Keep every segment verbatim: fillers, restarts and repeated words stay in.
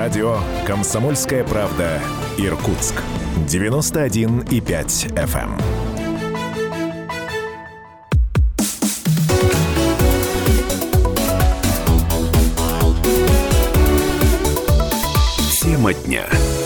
Радио «Комсомольская правда» Иркутск. девяносто один и пять эф эм. Тема дня.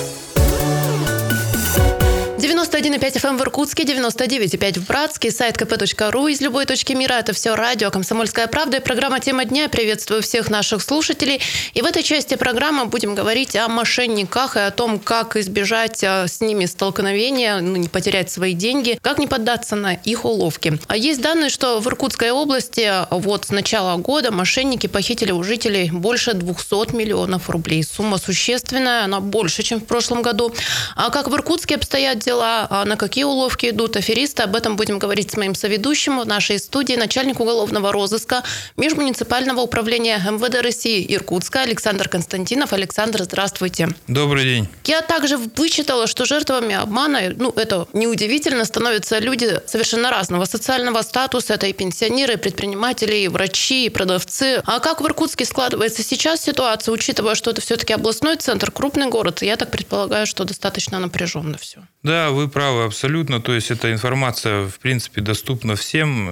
девяносто один и пять эф эм в Иркутске, девяносто девять и пять в Братске, сайт ка пэ точка ру. Из любой точки мира это все радио «Комсомольская правда» и программа «Тема дня». Приветствую всех наших слушателей. И в этой части программы будем говорить о мошенниках и о том, как избежать с ними столкновения, ну, не потерять свои деньги, как не поддаться на их уловки. Есть данные, что в Иркутской области вот с начала года мошенники похитили у жителей больше двухсот миллионов рублей. Сумма существенная, она больше, чем в прошлом году. А как в Иркутске обстоят дела, а на какие уловки идут аферисты, об этом будем говорить с моим соведущим в нашей студии, начальник уголовного розыска Межмуниципального управления эм вэ дэ России Иркутска Александр Константинов. Александр, здравствуйте. Добрый день. Я также вычитала, что жертвами обмана, ну, это неудивительно, становятся люди совершенно разного социального статуса. Это и пенсионеры, и предприниматели, и врачи, и продавцы. А как в Иркутске складывается сейчас ситуация, учитывая, что это все-таки областной центр, крупный город? Я так предполагаю, что достаточно напряженно все. Да, вы правы абсолютно. То есть эта информация, в принципе, доступна всем.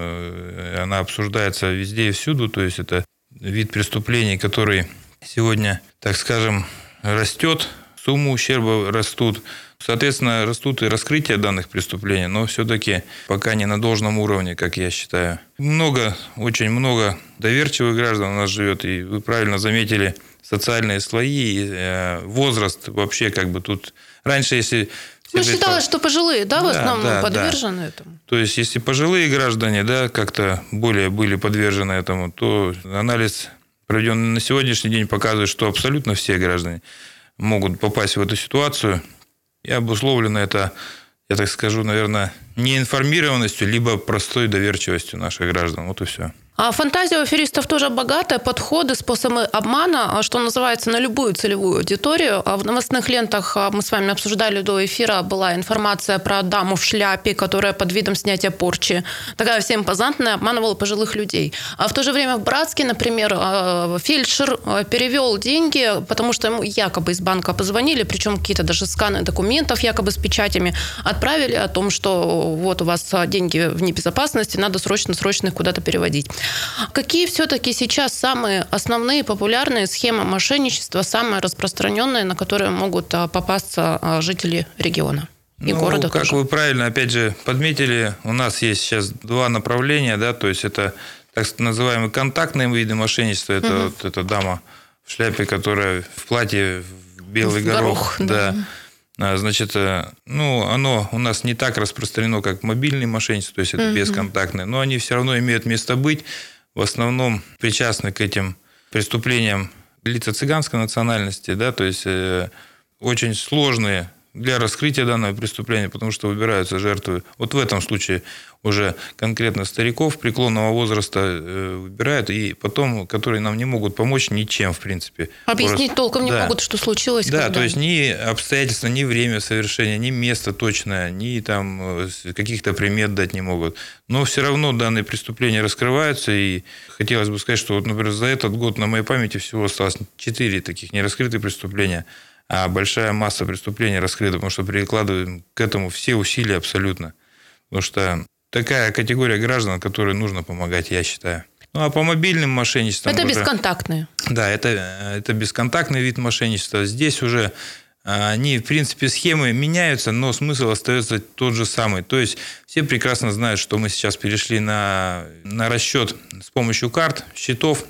Она обсуждается везде и всюду. То есть это вид преступлений, который сегодня, так скажем, растет. Суммы ущерба растут. Соответственно, растут и раскрытия данных преступлений, но все-таки пока не на должном уровне, как я считаю. Много, очень много доверчивых граждан у нас живет. И вы правильно заметили социальные слои, возраст вообще как бы тут... Раньше, если... Ну, считалось, что пожилые, да, в да, основном да, подвержены да. этому. То есть, если пожилые граждане, да, как-то более были подвержены этому, то анализ, проведенный на сегодняшний день, показывает, что абсолютно все граждане могут попасть в эту ситуацию. И обусловлено это, я так скажу, наверное, неинформированностью, либо простой доверчивостью наших граждан. Вот и все. А фантазия у аферистов тоже богатая, подходы, способы обмана, что называется, на любую целевую аудиторию. В новостных лентах мы с вами обсуждали до эфира, была информация про даму в шляпе, которая под видом снятия порчи, такая вся импозантная, обманывала пожилых людей. А в то же время в Братске, например, фельдшер перевел деньги, потому что ему якобы из банка позвонили, причем какие-то даже сканы документов якобы с печатями отправили о том, что вот у вас деньги в небезопасности, надо срочно-срочно их куда-то переводить. Какие все-таки сейчас самые основные популярные схемы мошенничества, самые распространенные, на которые могут попасться жители региона и ну, города как тоже? Вы правильно, опять же, подметили, у нас есть сейчас два направления, да, то есть это так называемые контактные виды мошенничества, это угу. вот эта дама в шляпе, которая в платье в белый в горох, горох да. да. Значит, ну, оно у нас не так распространено, как мобильное мошенничество, то есть это mm-hmm. бесконтактное, но они все равно имеют место быть. В основном причастны к этим преступлениям лица цыганской национальности, да, то есть э, очень сложные для раскрытия данного преступления, потому что выбираются жертвы. Вот в этом случае уже конкретно стариков преклонного возраста выбирают, и потом, которые нам не могут помочь ничем, в принципе. Объяснить Просто... толком не да. могут, что случилось. Да, когда... то есть ни обстоятельства, ни время совершения, ни место точное, ни там каких-то примет дать не могут. Но все равно данные преступления раскрываются, и хотелось бы сказать, что, вот, например, за этот год на моей памяти всего осталось четыре таких нераскрытых преступления, а большая масса преступлений раскрыта, потому что прикладываем к этому все усилия абсолютно. Потому что такая категория граждан, которой нужно помогать, я считаю. Ну, а по мобильным мошенничествам... Это уже... бесконтактные. Да, это, это бесконтактный вид мошенничества. Здесь уже они, в принципе, схемы меняются, но смысл остается тот же самый. То есть все прекрасно знают, что мы сейчас перешли на, на расчет с помощью карт, счетов,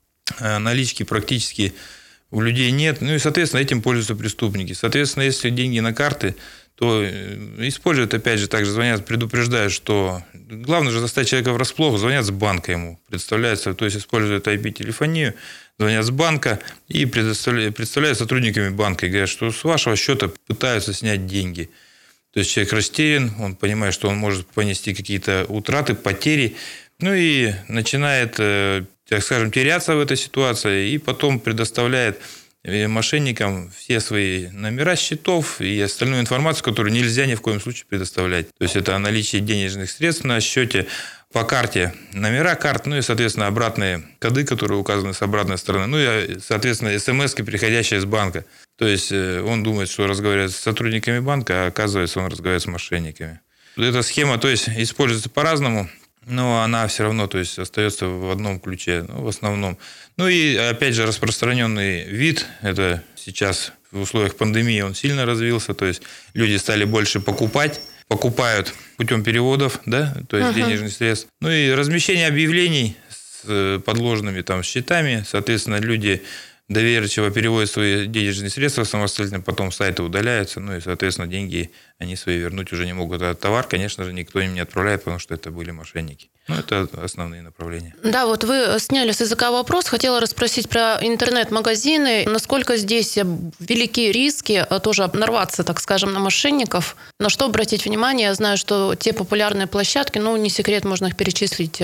налички практически у людей нет. Ну и, соответственно, этим пользуются преступники. Соответственно, если деньги на карты, то используют, опять же, также звонят, предупреждают, что главное же застать человека врасплох, звонят с банка ему, представляются, то есть используют ай пи-телефонию, звонят с банка и представляют, представляют сотрудниками банка и говорят, что с вашего счета пытаются снять деньги. То есть человек растерян, он понимает, что он может понести какие-то утраты, потери, ну и начинает, так скажем, теряться в этой ситуации, и потом предоставляет мошенникам все свои номера счетов и остальную информацию, которую нельзя ни в коем случае предоставлять. То есть это о наличии денежных средств на счете, по карте номера карт, ну и, соответственно, обратные коды, которые указаны с обратной стороны, ну и, соответственно, смс-ки, приходящие из банка. То есть он думает, что разговаривает с сотрудниками банка, а оказывается, он разговаривает с мошенниками. Эта схема, то есть, используется по-разному, но она все равно, то есть, остается в одном ключе, ну, в основном. Ну и, опять же, распространенный вид, это сейчас в условиях пандемии он сильно развился, то есть, люди стали больше покупать, покупают путем переводов, да, то есть, uh-huh. денежных средств. Ну и размещение объявлений с подложными там счетами, соответственно, люди доверчиво переводят свои денежные средства самостоятельно, потом сайты удаляются, ну и, соответственно, деньги они свои вернуть уже не могут. А товар, конечно же, никто им не отправляет, потому что это были мошенники. Ну, это основные направления. Да, вот вы сняли с языка вопрос. Хотела расспросить про интернет-магазины. Насколько здесь велики риски тоже нарваться, так скажем, на мошенников? На что обратить внимание? Я знаю, что те популярные площадки, ну, не секрет, можно их перечислить,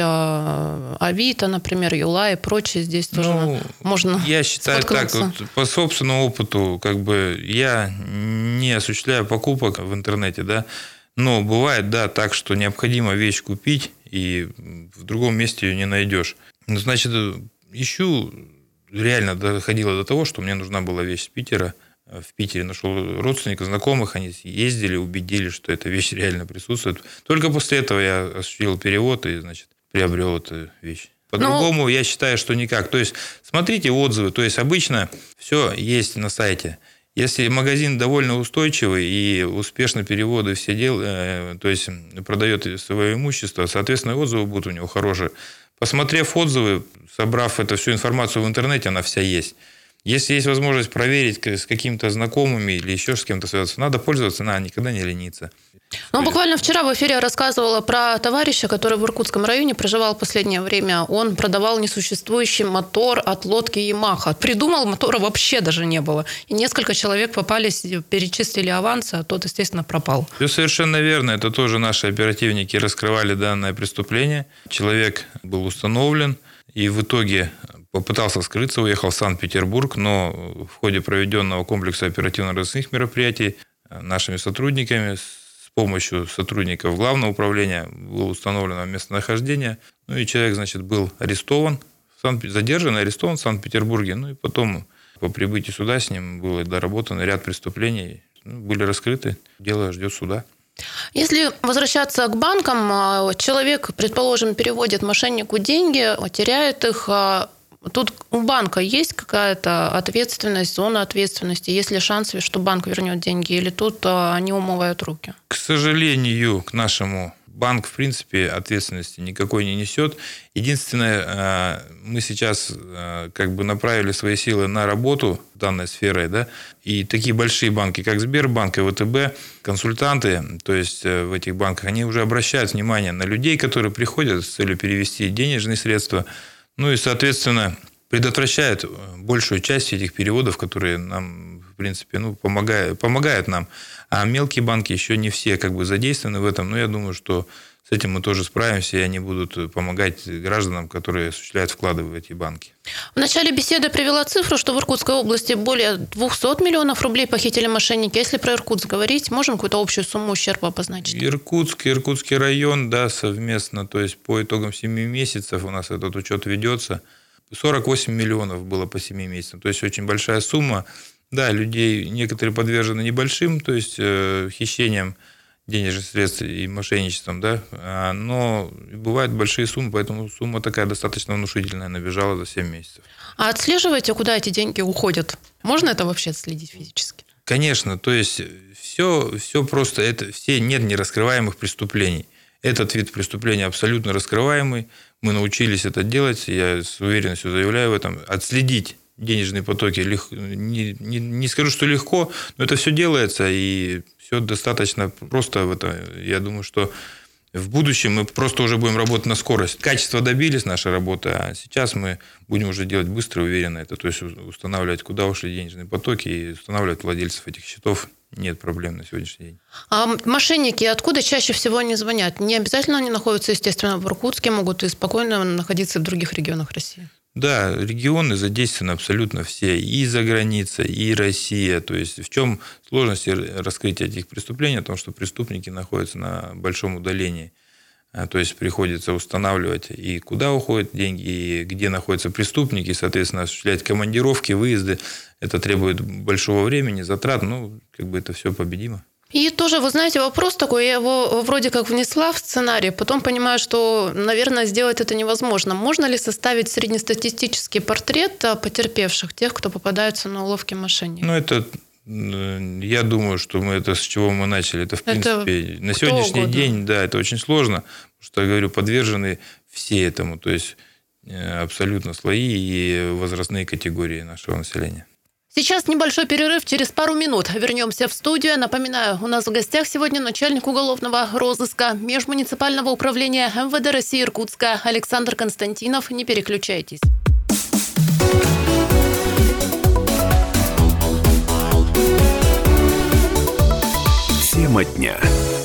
Авито, например, Юла и прочее. Здесь тоже ну, можно я считаю так, вот, по собственному опыту, как бы я не осуществляю покупок в интернете, да, но бывает, да, так, что необходимо вещь купить, и в другом месте ее не найдешь. Ну, значит, ищу, реально доходило до того, что мне нужна была вещь с Питера. В Питере нашел родственников, знакомых, они ездили, убедили, что эта вещь реально присутствует. Только после этого я осуществил перевод и, значит, приобрел эту вещь. По-другому Но... я считаю, что никак. То есть, смотрите отзывы. То есть, обычно все есть на сайте. Если магазин довольно устойчивый и успешно переводы все делают, то есть продает свое имущество, соответственно, отзывы будут у него хорошие. Посмотрев отзывы, собрав эту всю информацию в интернете, она вся есть. Если есть возможность проверить с какими-то знакомыми или еще с кем-то связаться, надо пользоваться, надо никогда не лениться. Ну, буквально вчера в эфире я рассказывала про товарища, который в Иркутском районе проживал в последнее время. Он продавал несуществующий мотор от лодки Ямаха. Придумал, мотора вообще даже не было. И несколько человек попались, перечислили аванс, а тот, естественно, пропал. Все совершенно верно. Это тоже наши оперативники раскрывали данное преступление. Человек был установлен и в итоге попытался скрыться, уехал в Санкт-Петербург, но в ходе проведенного комплекса оперативно-розыскных мероприятий нашими сотрудниками с помощью сотрудников Главного управления было установлено местонахождение. Ну и человек, значит, был арестован, задержан и арестован в Санкт-Петербурге. Ну и потом по прибытии суда с ним было доработано ряд преступлений, ну, были раскрыты, дело ждет суда. Если возвращаться к банкам, человек, предположим, переводит мошеннику деньги, теряет их. Тут у банка есть какая-то ответственность, зона ответственности? Есть ли шанс, что банк вернет деньги, или тут они умывают руки? К сожалению, к нашему банк, в принципе, ответственности никакой не несет. Единственное, мы сейчас как бы направили свои силы на работу данной сферой, да, и такие большие банки, как Сбербанк и ВТБ, консультанты, то есть в этих банках, они уже обращают внимание на людей, которые приходят с целью перевести денежные средства. Ну и, соответственно, предотвращают большую часть этих переводов, которые нам, в принципе, ну, помогают, помогают нам. А мелкие банки еще не все как бы задействованы в этом. Но я думаю, что с этим мы тоже справимся, и они будут помогать гражданам, которые осуществляют вклады в эти банки. В начале беседы привела цифру, что в Иркутской области более двухсот миллионов рублей похитили мошенники. Если про Иркутск говорить, можем какую-то общую сумму ущерба обозначить? Иркутск, Иркутский район, да, совместно, то есть по итогам семи месяцев у нас этот учет ведется. сорок восемь миллионов было по семи месяцам, то есть очень большая сумма. Да, людей некоторые подвержены небольшим, то есть э, хищениям денежных средств и мошенничеством, да, но бывают большие суммы, поэтому сумма такая достаточно внушительная, набежала за семь месяцев. А отслеживаете, куда эти деньги уходят? Можно это вообще отследить физически? Конечно, то есть все, все просто, это все нет нераскрываемых преступлений. Этот вид преступления абсолютно раскрываемый, мы научились это делать, я с уверенностью заявляю в этом, отследить денежные потоки, не, не, не скажу, что легко, но это все делается, и все достаточно просто в это. Я думаю, что в будущем мы просто уже будем работать на скорость. Качество добились нашей работы, а сейчас мы будем уже делать быстро и уверенно это, то есть устанавливать, куда ушли денежные потоки, и устанавливать владельцев этих счетов. Нет проблем на сегодняшний день. А мошенники откуда чаще всего они звонят? Не обязательно они находятся, естественно, в Иркутске, могут и спокойно находиться в других регионах России. Да, регионы задействованы абсолютно все, и за границей, и Россия. То есть в чем сложность раскрытия этих преступлений? В том, что преступники находятся на большом удалении. То есть приходится устанавливать, и куда уходят деньги, и где находятся преступники, и, соответственно, осуществлять командировки, выезды. Это требует большого времени, затрат, ну, как бы это все победимо. И тоже, вы знаете, вопрос такой, я его вроде как внесла в сценарий, потом понимаю, что, наверное, сделать это невозможно. Можно ли составить среднестатистический портрет потерпевших, тех, кто попадаются на уловки мошенников? Ну, это, я думаю, что мы это с чего мы начали. Это, в это принципе, на сегодняшний угодно. день, да, это очень сложно, потому что, я говорю, подвержены все этому, то есть абсолютно слои и возрастные категории нашего населения. Сейчас небольшой перерыв, через пару минут вернемся в студию. Напоминаю, у нас в гостях сегодня начальник уголовного розыска Межмуниципального управления эм вэ дэ России Иркутска Александр Константинов. Не переключайтесь. Тема дня.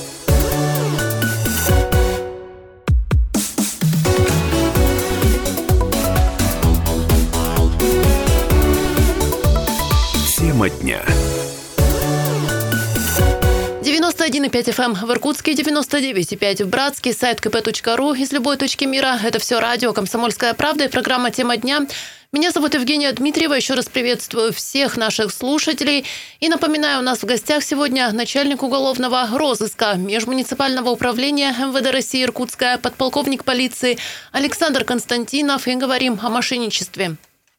Тема дня. девяносто один и пять эф эм в Иркутске, девяносто девять и пять в Братске, сайт ка пэ точка ру из любой точки мира. Это все радио «Комсомольская правда» и программа «Тема дня». Меня зовут Евгения Дмитриева. Еще раз приветствую всех наших слушателей. И напоминаю, у нас в гостях сегодня начальник уголовного розыска Межмуниципального управления эм вэ дэ России Иркутска, подполковник полиции Александр Константинов. И говорим о мошенничестве.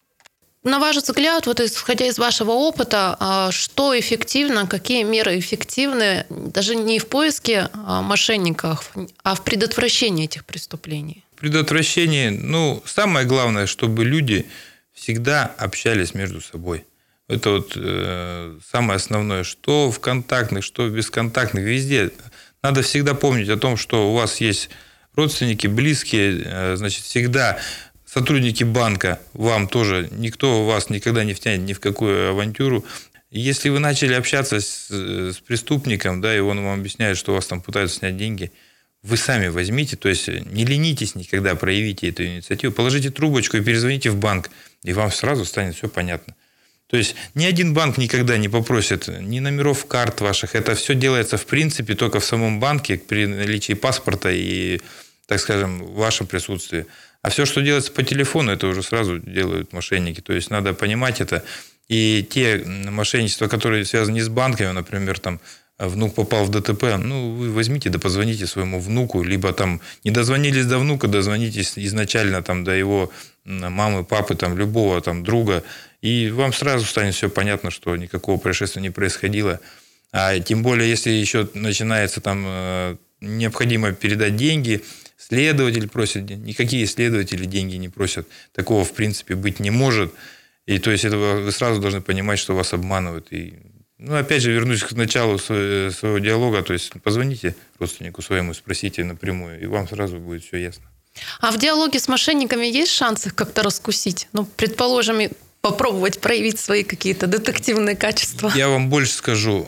На ваш взгляд, вот исходя из вашего опыта, что эффективно, какие меры эффективны даже не в поиске мошенников, а в предотвращении этих преступлений? Предотвращение, ну, самое главное, чтобы люди всегда общались между собой. Это вот э, самое основное, что в контактных, что в бесконтактных, везде. Надо всегда помнить о том, что у вас есть родственники, близкие, э, значит, всегда... Сотрудники банка, вам тоже, никто вас никогда не втянет ни в какую авантюру. Если вы начали общаться с, с преступником, да, и он вам объясняет, что у вас там пытаются снять деньги, вы сами возьмите, то есть не ленитесь никогда, проявите эту инициативу, положите трубочку и перезвоните в банк, и вам сразу станет все понятно. То есть ни один банк никогда не попросит ни номеров карт ваших, это все делается в принципе только в самом банке при наличии паспорта и, так скажем, в вашем присутствии. А все, что делается по телефону, это уже сразу делают мошенники. То есть надо понимать это. И те мошенничества, которые связаны не с банками, например, там внук попал в дэ тэ пэ, ну, вы возьмите да позвоните своему внуку, либо там не дозвонились до внука, дозвонитесь изначально там до его мамы, папы, там, любого там, друга, и вам сразу станет все понятно, что никакого происшествия не происходило. А тем более, если еще начинается там необходимо передать деньги, следователь просит, никакие следователи деньги не просят. Такого, в принципе, быть не может. И то есть, это вы сразу должны понимать, что вас обманывают. И, ну, опять же, вернусь к началу своего диалога. То есть, позвоните родственнику своему, спросите напрямую, и вам сразу будет все ясно. А в диалоге с мошенниками есть шансы их как-то раскусить? Ну, предположим, попробовать проявить свои какие-то детективные качества. Я вам больше скажу.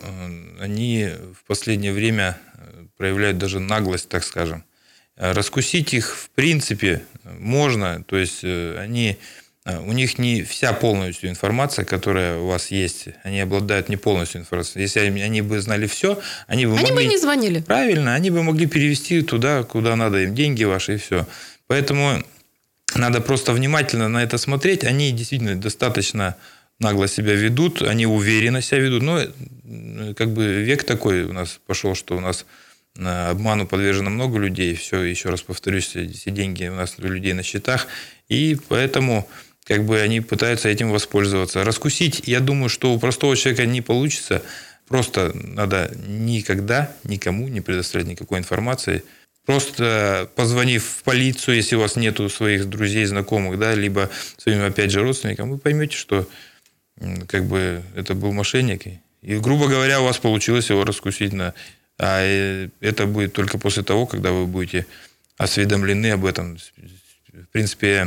Они в последнее время проявляют даже наглость, так скажем. Раскусить их, в принципе, можно. То есть, они, у них не вся полностью информация, которая у вас есть. Они обладают не полностью информацией. Если они бы знали все, они бы они могли... бы не звонили. Правильно. Они бы могли перевести туда, куда надо им, деньги ваши и все. Поэтому надо просто внимательно на это смотреть. Они действительно достаточно нагло себя ведут. Они уверенно себя ведут. Но как бы век такой у нас пошел, что у нас... обману подвержено много людей. Все, еще раз повторюсь, все деньги у нас у людей на счетах. И поэтому как бы они пытаются этим воспользоваться. Раскусить, я думаю, что у простого человека не получится. Просто надо никогда никому не предоставлять никакой информации. Просто позвонив в полицию, если у вас нету своих друзей, знакомых, да, либо своим, опять же, родственникам, вы поймете, что как бы это был мошенник. И, грубо говоря, у вас получилось его раскусить на... А это будет только после того, когда вы будете осведомлены об этом. В принципе,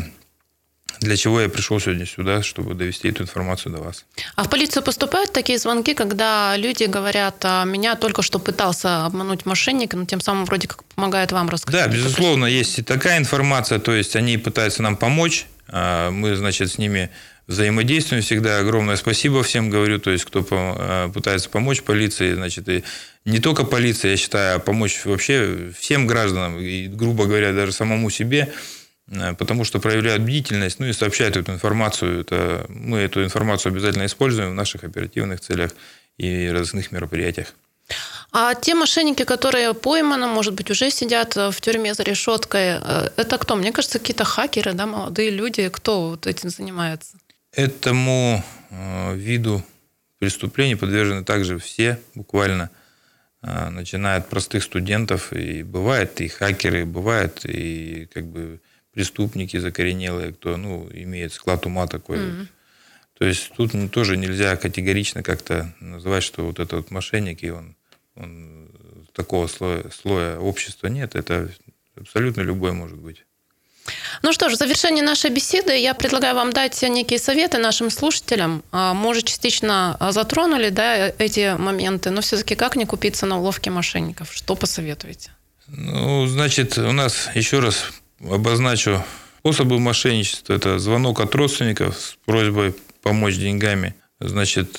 для чего я пришел сегодня сюда, чтобы довести эту информацию до вас. А в полицию поступают такие звонки, когда люди говорят, меня только что пытался обмануть мошенник, но тем самым вроде как помогает вам рассказать? Да, безусловно, есть и такая информация, то есть они пытаются нам помочь, мы, значит, с ними взаимодействуем всегда. Огромное спасибо всем говорю, то есть кто пытается помочь полиции, значит, и не только полиции, я считаю, а помочь вообще всем гражданам, и, грубо говоря, даже самому себе, потому что проявляют бдительность, ну и сообщают эту информацию. Это, мы эту информацию обязательно используем в наших оперативных целях и разыскных мероприятиях. А те мошенники, которые пойманы, может быть, уже сидят в тюрьме за решеткой, это кто? Мне кажется, какие-то хакеры, да, молодые люди. Кто вот этим занимается? Этому виду преступлений подвержены также все, буквально, начиная от простых студентов. И бывает и хакеры, бывает и как бы преступники закоренелые, кто ну, имеет склад ума такой. Mm-hmm. То есть тут тоже нельзя категорично как-то называть, что вот этот вот мошенник, и он, он такого слоя, слоя общества нет. Это абсолютно любой может быть. Ну что ж, в завершении нашей беседы я предлагаю вам дать некие советы нашим слушателям. Мы уже частично затронули, да, эти моменты, но все-таки как не купиться на уловки мошенников? Что посоветуете? Ну, значит, у нас, еще раз обозначу, способы мошенничества. Это звонок от родственников с просьбой помочь деньгами. Значит,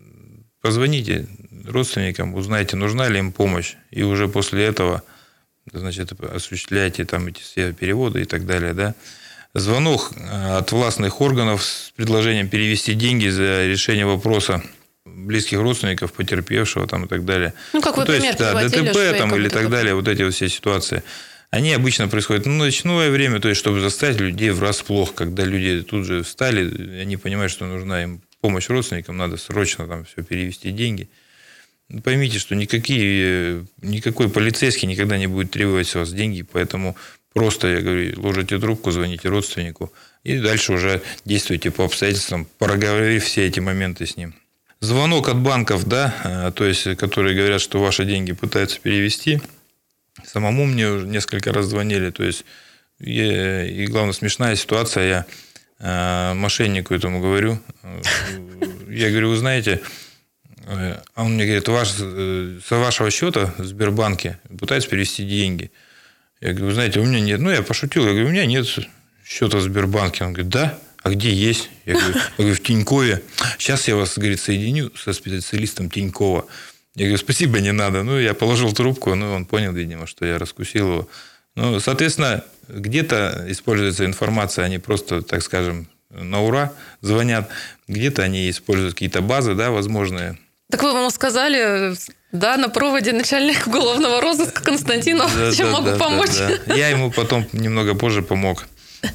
позвоните родственникам, узнайте, нужна ли им помощь, и уже после этого, значит, осуществляйте там эти все переводы и так далее, да. Звонок от властных органов с предложением перевести деньги за решение вопроса близких родственников, потерпевшего там и так далее. Ну, как вы ну, то пример есть, да, ДТП там или так далее, вот эти вот все ситуации. Они обычно происходят в ночное время, то есть, чтобы заставить людей врасплох, когда люди тут же встали, они понимают, что нужна им помощь родственникам, надо срочно там все перевести деньги. Поймите, что никакие, никакой полицейский никогда не будет требовать с вас деньги, поэтому просто, я говорю, ложите трубку, звоните родственнику и дальше уже действуйте по обстоятельствам, проговорив все эти моменты с ним. Звонок от банков, да, то есть, которые говорят, что ваши деньги пытаются перевести. Самому мне уже несколько раз звонили, то есть, и, и главное, смешная ситуация, я э, мошеннику этому говорю, я говорю, вы знаете, а он мне говорит, ваш, с вашего счета в Сбербанке пытаются перевести деньги. Я говорю, вы знаете, у меня нет, ну, я пошутил, я говорю, у меня нет счета в Сбербанке. Он говорит, да? А где есть? Я говорю, я говорю, в Тинькове. Сейчас я вас, говорит, соединю со специалистом Тинькова. Я говорю, спасибо, не надо. Ну, я положил трубку, ну, он понял, видимо, что я раскусил его. Ну, соответственно, где-то используется информация, они просто, так скажем, на ура звонят. Где-то они используют какие-то базы, да, возможные. Так вы ему сказали, да, на проводе начальник уголовного розыска Константинов, да, чем да, могу да, помочь? Да, да. Я ему потом немного позже помог.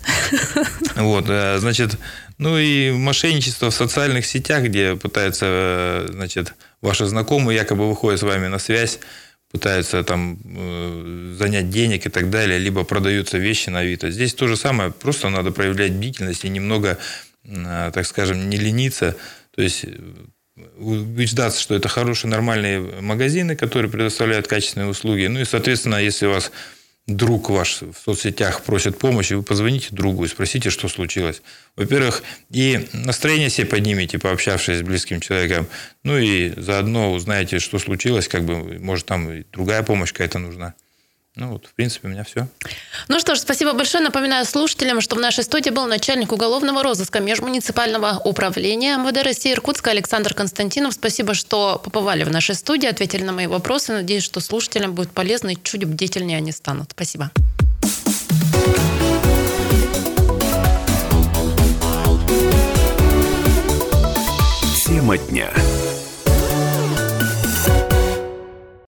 Вот, значит, ну и мошенничество в социальных сетях, где пытаются, значит, ваши знакомые якобы выходят с вами на связь, пытаются там занять денег и так далее, либо продаются вещи на Авито. Здесь то же самое, просто надо проявлять бдительность и немного, так скажем, не лениться, то есть убеждаться, что это хорошие, нормальные магазины, которые предоставляют качественные услуги. Ну и, соответственно, если у вас друг ваш в соцсетях просит помощи, вы позвоните другу и спросите, что случилось. Во-первых, и настроение себе поднимите, пообщавшись с близким человеком. Ну и заодно узнаете, что случилось, как бы, может, там и другая помощь какая-то нужна. Ну вот, в принципе, у меня все. Ну что ж, спасибо большое. Напоминаю слушателям, что в нашей студии был начальник уголовного розыска межмуниципального управления МВД России Иркутска Александр Константинов. Спасибо, что побывали в нашей студии, ответили на мои вопросы. Надеюсь, что слушателям будет полезно и чуть бдительнее они станут. Спасибо. Тема дня.